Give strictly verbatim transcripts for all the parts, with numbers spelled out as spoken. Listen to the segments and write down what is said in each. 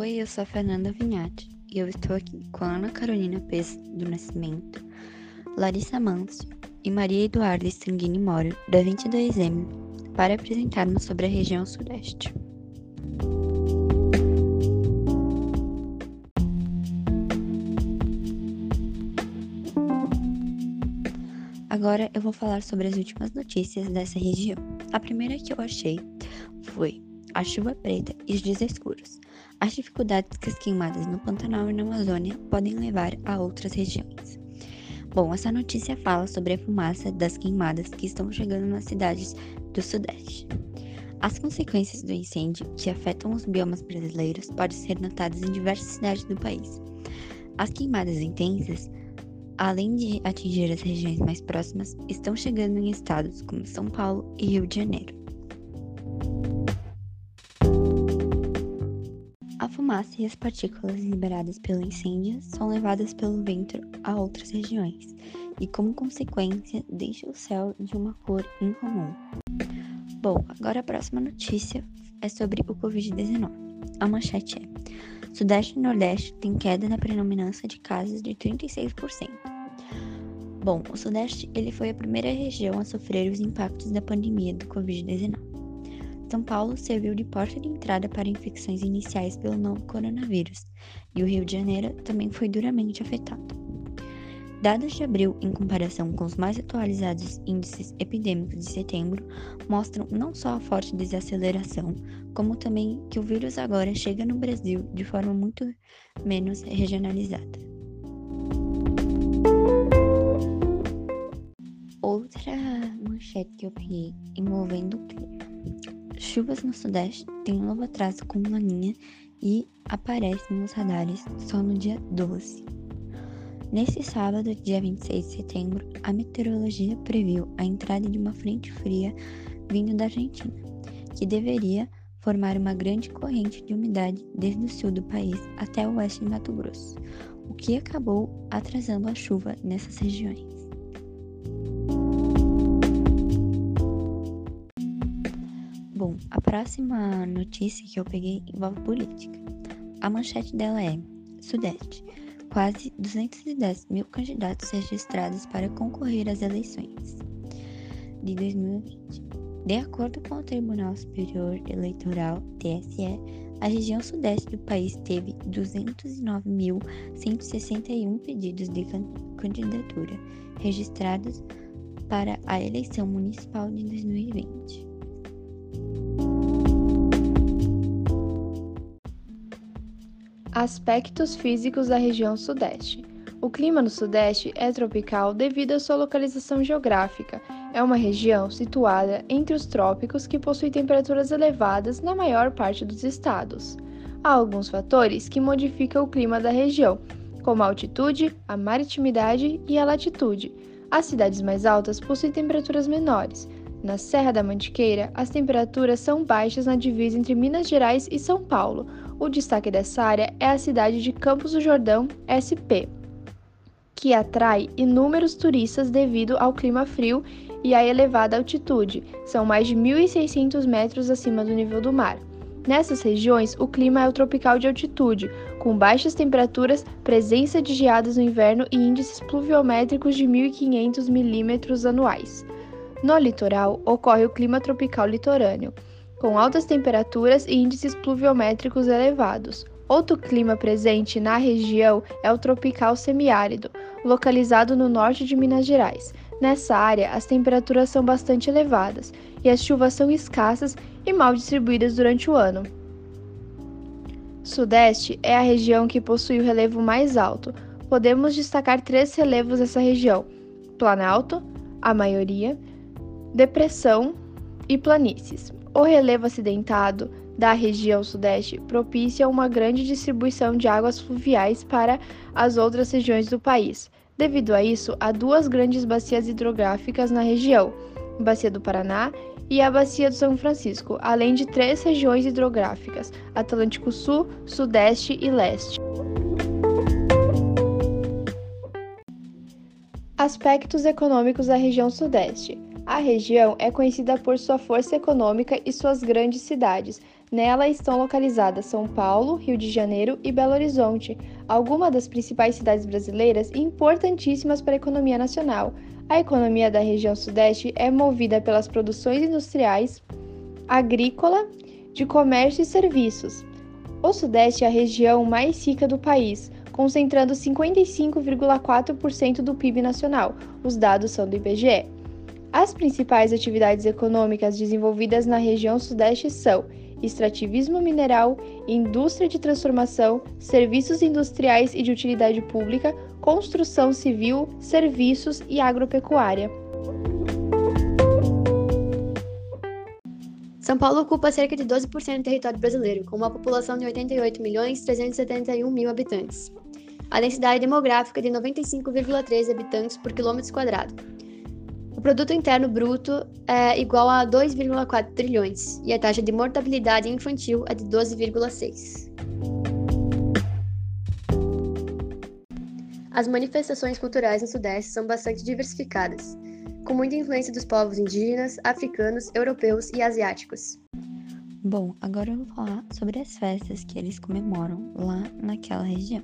Oi, eu sou a Fernanda Vinhati e eu estou aqui com a Ana Carolina Pes do Nascimento, Larissa Manso e Maria Eduarda Stanguini Moro, da vinte e dois M, para apresentarmos sobre a região Sudeste. Agora eu vou falar sobre as últimas notícias dessa região. A primeira que eu achei foi a chuva preta e os dias escuros. As dificuldades que as queimadas no Pantanal e na Amazônia podem levar a outras regiões. Bom, essa notícia fala sobre a fumaça das queimadas que estão chegando nas cidades do Sudeste. As consequências do incêndio que afetam os biomas brasileiros podem ser notadas em diversas cidades do país. As queimadas intensas, além de atingir as regiões mais próximas, estão chegando em estados como São Paulo e Rio de Janeiro. A fumaça e as partículas liberadas pelo incêndio são levadas pelo vento a outras regiões e, como consequência, deixa o céu de uma cor incomum. Bom, agora a próxima notícia é sobre o covid dezenove. A manchete é: Sudeste e Nordeste tem queda na predominância de casos de trinta e seis por cento. Bom, o Sudeste ele foi a primeira região a sofrer os impactos da pandemia do covid dezenove. São Paulo serviu de porta de entrada para infecções iniciais pelo novo coronavírus, e o Rio de Janeiro também foi duramente afetado. Dados de abril, em comparação com os mais atualizados índices epidêmicos de setembro, mostram não só a forte desaceleração, como também que o vírus agora chega no Brasil de forma muito menos regionalizada. Outra manchete que eu peguei envolvendo o clima. Chuvas no Sudeste têm um novo atraso com Laninha e aparecem nos radares só no dia doze. Nesse sábado, dia vinte e seis de setembro, a meteorologia previu a entrada de uma frente fria vindo da Argentina, que deveria formar uma grande corrente de umidade desde o sul do país até o oeste de Mato Grosso, o que acabou atrasando a chuva nessas regiões. Bom, a próxima notícia que eu peguei envolve política. A manchete dela é: Sudeste, quase duzentos e dez mil candidatos registrados para concorrer às eleições de dois mil e vinte. De acordo com o Tribunal Superior Eleitoral, T S E, a região Sudeste do país teve duzentos e nove mil cento e sessenta e um pedidos de candidatura registrados para a eleição municipal de dois mil e vinte. Aspectos físicos da região Sudeste. O clima no Sudeste é tropical devido à sua localização geográfica. É uma região situada entre os trópicos que possui temperaturas elevadas na maior parte dos estados. Há alguns fatores que modificam o clima da região, como a altitude, a maritimidade e a latitude. As cidades mais altas possuem temperaturas menores. Na Serra da Mantiqueira, as temperaturas são baixas na divisa entre Minas Gerais e São Paulo. O destaque dessa área é a cidade de Campos do Jordão, S P, que atrai inúmeros turistas devido ao clima frio e à elevada altitude. São mais de mil e seiscentos metros acima do nível do mar. Nessas regiões, o clima é o tropical de altitude, com baixas temperaturas, presença de geadas no inverno e índices pluviométricos de mil e quinhentos milímetros anuais. No litoral, ocorre o clima tropical litorâneo, com altas temperaturas e índices pluviométricos elevados. Outro clima presente na região é o tropical semiárido, localizado no norte de Minas Gerais. Nessa área, as temperaturas são bastante elevadas e as chuvas são escassas e mal distribuídas durante o ano. Sudeste é a região que possui o relevo mais alto. Podemos destacar três relevos dessa região: Planalto, a maioria, depressão e planícies. O relevo acidentado da região Sudeste propicia uma grande distribuição de águas fluviais para as outras regiões do país. Devido a isso, há duas grandes bacias hidrográficas na região, a Bacia do Paraná e a Bacia do São Francisco, além de três regiões hidrográficas: Atlântico Sul, Sudeste e Leste. Aspectos econômicos da região Sudeste. A região é conhecida por sua força econômica e suas grandes cidades. Nela estão localizadas São Paulo, Rio de Janeiro e Belo Horizonte, algumas das principais cidades brasileiras e importantíssimas para a economia nacional. A economia da região Sudeste é movida pelas produções industriais, agrícola, de comércio e serviços. O Sudeste é a região mais rica do país, concentrando cinquenta e cinco vírgula quatro por cento do P I B nacional. Os dados são do I B G E. As principais atividades econômicas desenvolvidas na região Sudeste são extrativismo mineral, indústria de transformação, serviços industriais e de utilidade pública, construção civil, serviços e agropecuária. São Paulo ocupa cerca de doze por cento do território brasileiro, com uma população de oitenta e oito milhões trezentos e setenta e um mil habitantes. A densidade demográfica é de noventa e cinco vírgula treze habitantes por quilômetro quadrado. O produto interno bruto é igual a dois vírgula quatro trilhões e a taxa de mortalidade infantil é de doze vírgula seis. As manifestações culturais no Sudeste são bastante diversificadas, com muita influência dos povos indígenas, africanos, europeus e asiáticos. Bom, agora eu vou falar sobre as festas que eles comemoram lá naquela região.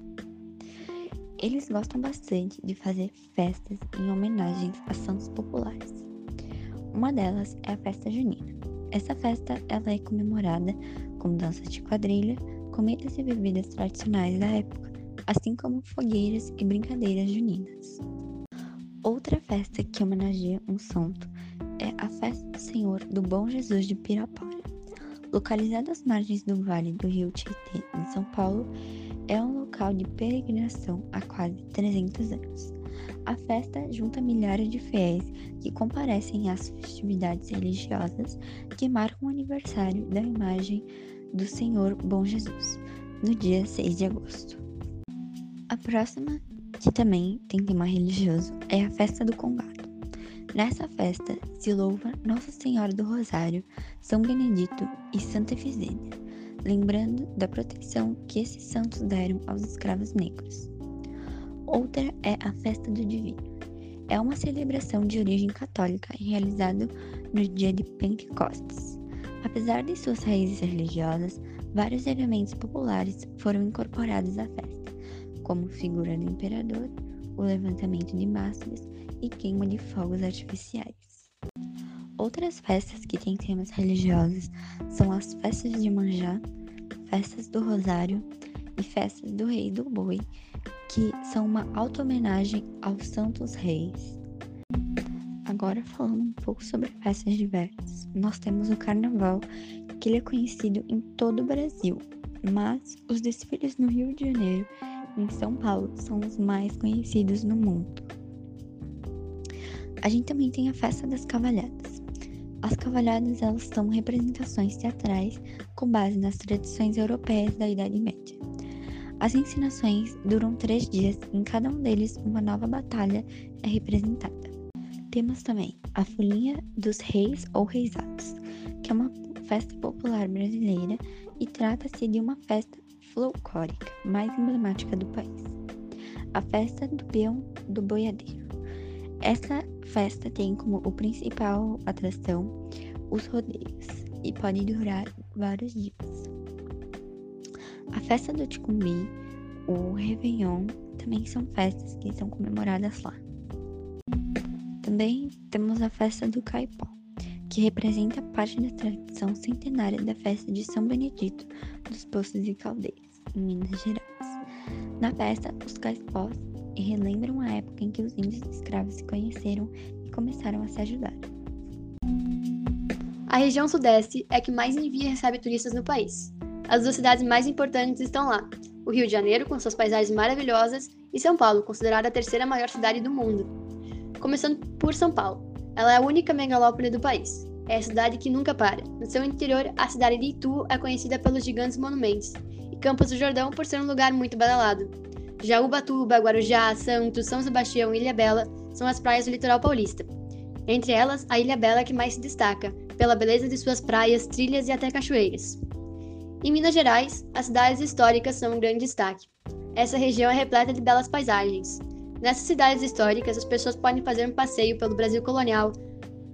Eles gostam bastante de fazer festas em homenagens a santos populares. Uma delas é a festa junina. Essa festa ela é comemorada com dança de quadrilha, comidas e bebidas tradicionais da época, assim como fogueiras e brincadeiras juninas. Outra festa que homenageia um santo é a Festa do Senhor do Bom Jesus de Pirapora. Localizada às margens do Vale do Rio Tietê, em São Paulo, é um local de peregrinação há quase trezentos anos. A festa junta milhares de fiéis que comparecem às festividades religiosas que marcam o aniversário da imagem do Senhor Bom Jesus, no dia seis de agosto. A próxima, que também tem tema religioso, é a Festa do Combado. Nessa festa se louva Nossa Senhora do Rosário, São Benedito e Santa Efigênia, lembrando da proteção que esses santos deram aos escravos negros. Outra é a Festa do Divino. É uma celebração de origem católica realizada no dia de Pentecostes. Apesar de suas raízes religiosas, vários elementos populares foram incorporados à festa, como figura do imperador, o levantamento de máscaras e queima de fogos artificiais. Outras festas que têm temas religiosos são as festas de Iemanjá, festas do Rosário e festas do Rei do Boi, que são uma auto-homenagem aos santos reis. Agora falando um pouco sobre festas diversas, nós temos o Carnaval, que ele é conhecido em todo o Brasil, mas os desfiles no Rio de Janeiro e em São Paulo são os mais conhecidos no mundo. A gente também tem a Festa das Cavalhadas. As cavalhadas elas são representações teatrais com base nas tradições europeias da Idade Média. As encenações duram três dias e em cada um deles uma nova batalha é representada. Temos também a Folia dos Reis ou Reisados, que é uma festa popular brasileira e trata-se de uma festa folclórica mais emblemática do país. A Festa do Peão do Boiadeiro. Essa festa tem como o principal atração os rodeios e pode durar vários dias. A Festa do Ticumbi, o Réveillon, também são festas que são comemoradas lá. Também temos a Festa do Caipó, que representa parte da tradição centenária da festa de São Benedito dos Poços e Caldeiras, em Minas Gerais. Na festa, os caipós relembram a época em que os índios escravos se conheceram e começaram a se ajudar. A região Sudeste é a que mais envia e recebe turistas no país. As duas cidades mais importantes estão lá: o Rio de Janeiro, com suas paisagens maravilhosas, e São Paulo, considerada a terceira maior cidade do mundo. Começando por São Paulo, ela é a única megalópole do país. É a cidade que nunca para. No seu interior, a cidade de Itu é conhecida pelos gigantes monumentos, e Campos do Jordão por ser um lugar muito badalado. Já Ubatuba, Guarujá, Santos, São Sebastião e Ilhabela são as praias do litoral paulista. Entre elas, a Ilhabela é que mais se destaca, pela beleza de suas praias, trilhas e até cachoeiras. Em Minas Gerais, as cidades históricas são um grande destaque. Essa região é repleta de belas paisagens. Nessas cidades históricas, as pessoas podem fazer um passeio pelo Brasil colonial,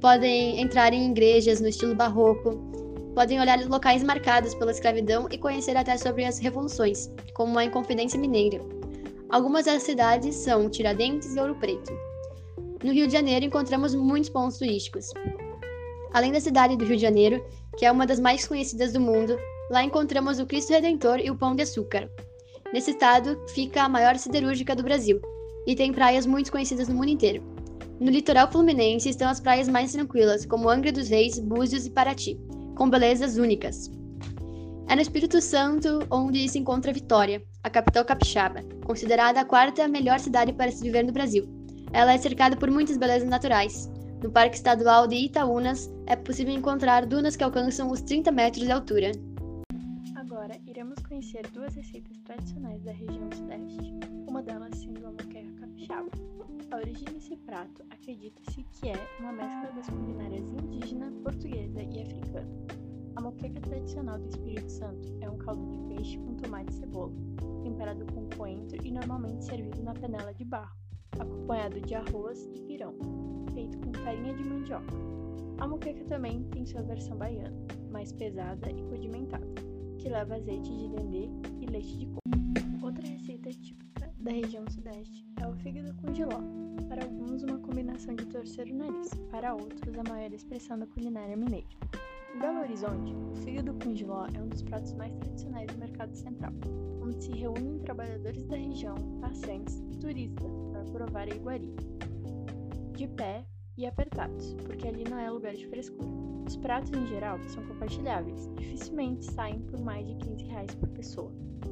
podem entrar em igrejas no estilo barroco, podem olhar locais marcados pela escravidão e conhecer até sobre as revoluções, como a Inconfidência Mineira. Algumas das cidades são Tiradentes e Ouro Preto. No Rio de Janeiro encontramos muitos pontos turísticos. Além da cidade do Rio de Janeiro, que é uma das mais conhecidas do mundo, lá encontramos o Cristo Redentor e o Pão de Açúcar. Nesse estado fica a maior siderúrgica do Brasil, e tem praias muito conhecidas no mundo inteiro. No litoral fluminense estão as praias mais tranquilas, como Angra dos Reis, Búzios e Paraty, com belezas únicas. É no Espírito Santo onde se encontra Vitória, a capital capixaba, considerada a quarta melhor cidade para se viver no Brasil. Ela é cercada por muitas belezas naturais. No Parque Estadual de Itaúnas é possível encontrar dunas que alcançam os trinta metros de altura. Agora, iremos conhecer duas receitas tradicionais da região sudeste, uma delas sendo a moqueca capixaba. A origem desse prato acredita-se que é uma mescla das culinárias indígena, portuguesa e africana. A moqueca tradicional do Espírito Santo é um caldo de peixe com tomate e cebola, temperado com coentro e normalmente servido na panela de barro, acompanhado de arroz e pirão, feito com farinha de mandioca. A moqueca também tem sua versão baiana, mais pesada e condimentada, que leva azeite de dendê e leite de coco. Outra receita típica da região sudeste é o fígado com jiló. Para alguns, uma combinação de torcer o nariz, para outros, a maior expressão da culinária mineira. Em Belo Horizonte, o fígado com jiló é um dos pratos mais tradicionais do mercado central, onde se reúnem trabalhadores da região, passantes e turistas para provar a iguaria. De pé e apertados, porque ali não é lugar de frescura. Os pratos, em geral, são compartilháveis, dificilmente saem por mais de quinze reais por pessoa.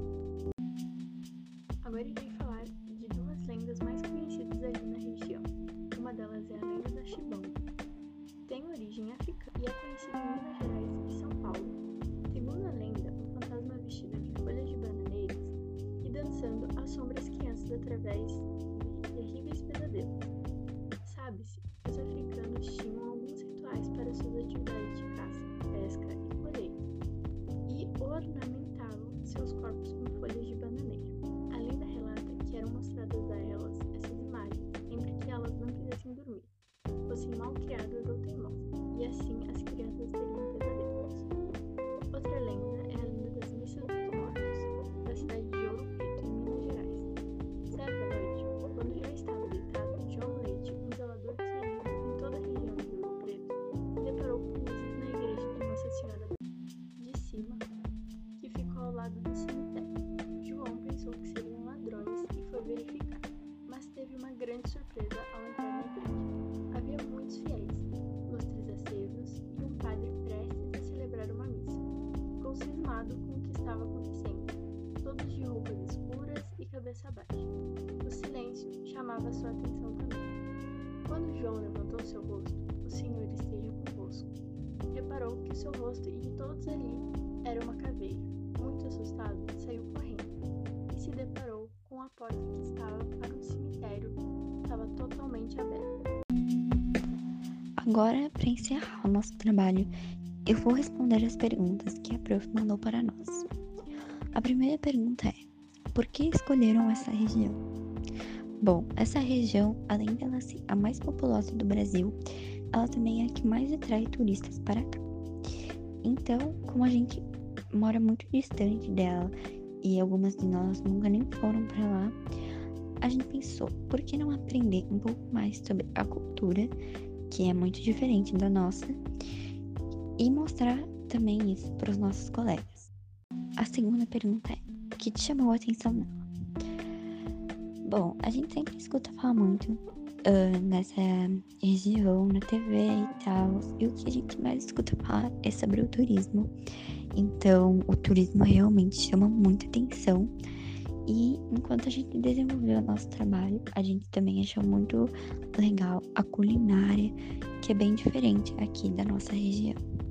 Agora irei falar de duas lendas mais conhecidas ali na região. Uma delas é a lenda da Chibão. Tem origem africana e é conhecida em Minas Gerais e São Paulo. Segundo a lenda, um fantasma vestido de folhas de bananeiras e dançando assombra as crianças através de terríveis pesadelos. Sabe-se que os africanos tinham alguns rituais para suas atividades de caça, pesca e colheita, e ornamentavam seus corpos com folhas de bananeira. A lenda relata que eram mostradas a elas essas imagens sempre que elas não quisessem dormir, fossem mal criadas ou teimosas, e assim as crianças teriam pesadelos. Outra lenda é a lenda das missas dos mortos, da cidade de Ouro Preto, em Minas Gerais. Certa noite, quando já estava deitado, João Leite, um zelador querido em toda a região de Ouro Preto, se deparou com luzes na igreja de Nossa Senhora de Cima, que ficou ao lado do cemitério. João pensou que seriam ladrões e foi verificar, mas teve uma grande surpresa ao entrar na igreja. Havia muitos fiéis, lustres acesos e um padre prestes a celebrar uma missa. Ficou cismado com o que estava acontecendo, todos de roupas escuras e cabeça baixa. O silêncio chamava sua atenção também. Quando João levantou seu rosto, o Senhor esteja convosco. Reparou que seu rosto e de todos ali era uma caveira. Muito assustado, saiu correndo e se deparou com a porta que estava para um cemitério que estava totalmente aberta. Agora, para encerrar o nosso trabalho, eu vou responder as perguntas que a prof mandou para nós. A primeira pergunta é: por que escolheram essa região? Bom, essa região, além dela ser a mais populosa do Brasil, ela também é a que mais atrai turistas para cá. Então, como a gente mora muito distante dela e algumas de nós nunca nem foram para lá, a gente pensou, por que não aprender um pouco mais sobre a cultura, que é muito diferente da nossa, e mostrar também isso para os nossos colegas. A segunda pergunta é: o que te chamou a atenção nela? Bom, a gente sempre escuta falar muito uh, nessa região, na T V e tal, e o que a gente mais escuta falar é sobre o turismo. Então, o turismo realmente chama muita atenção. E enquanto a gente desenvolveu o nosso trabalho, a gente também achou muito legal a culinária, que é bem diferente aqui da nossa região.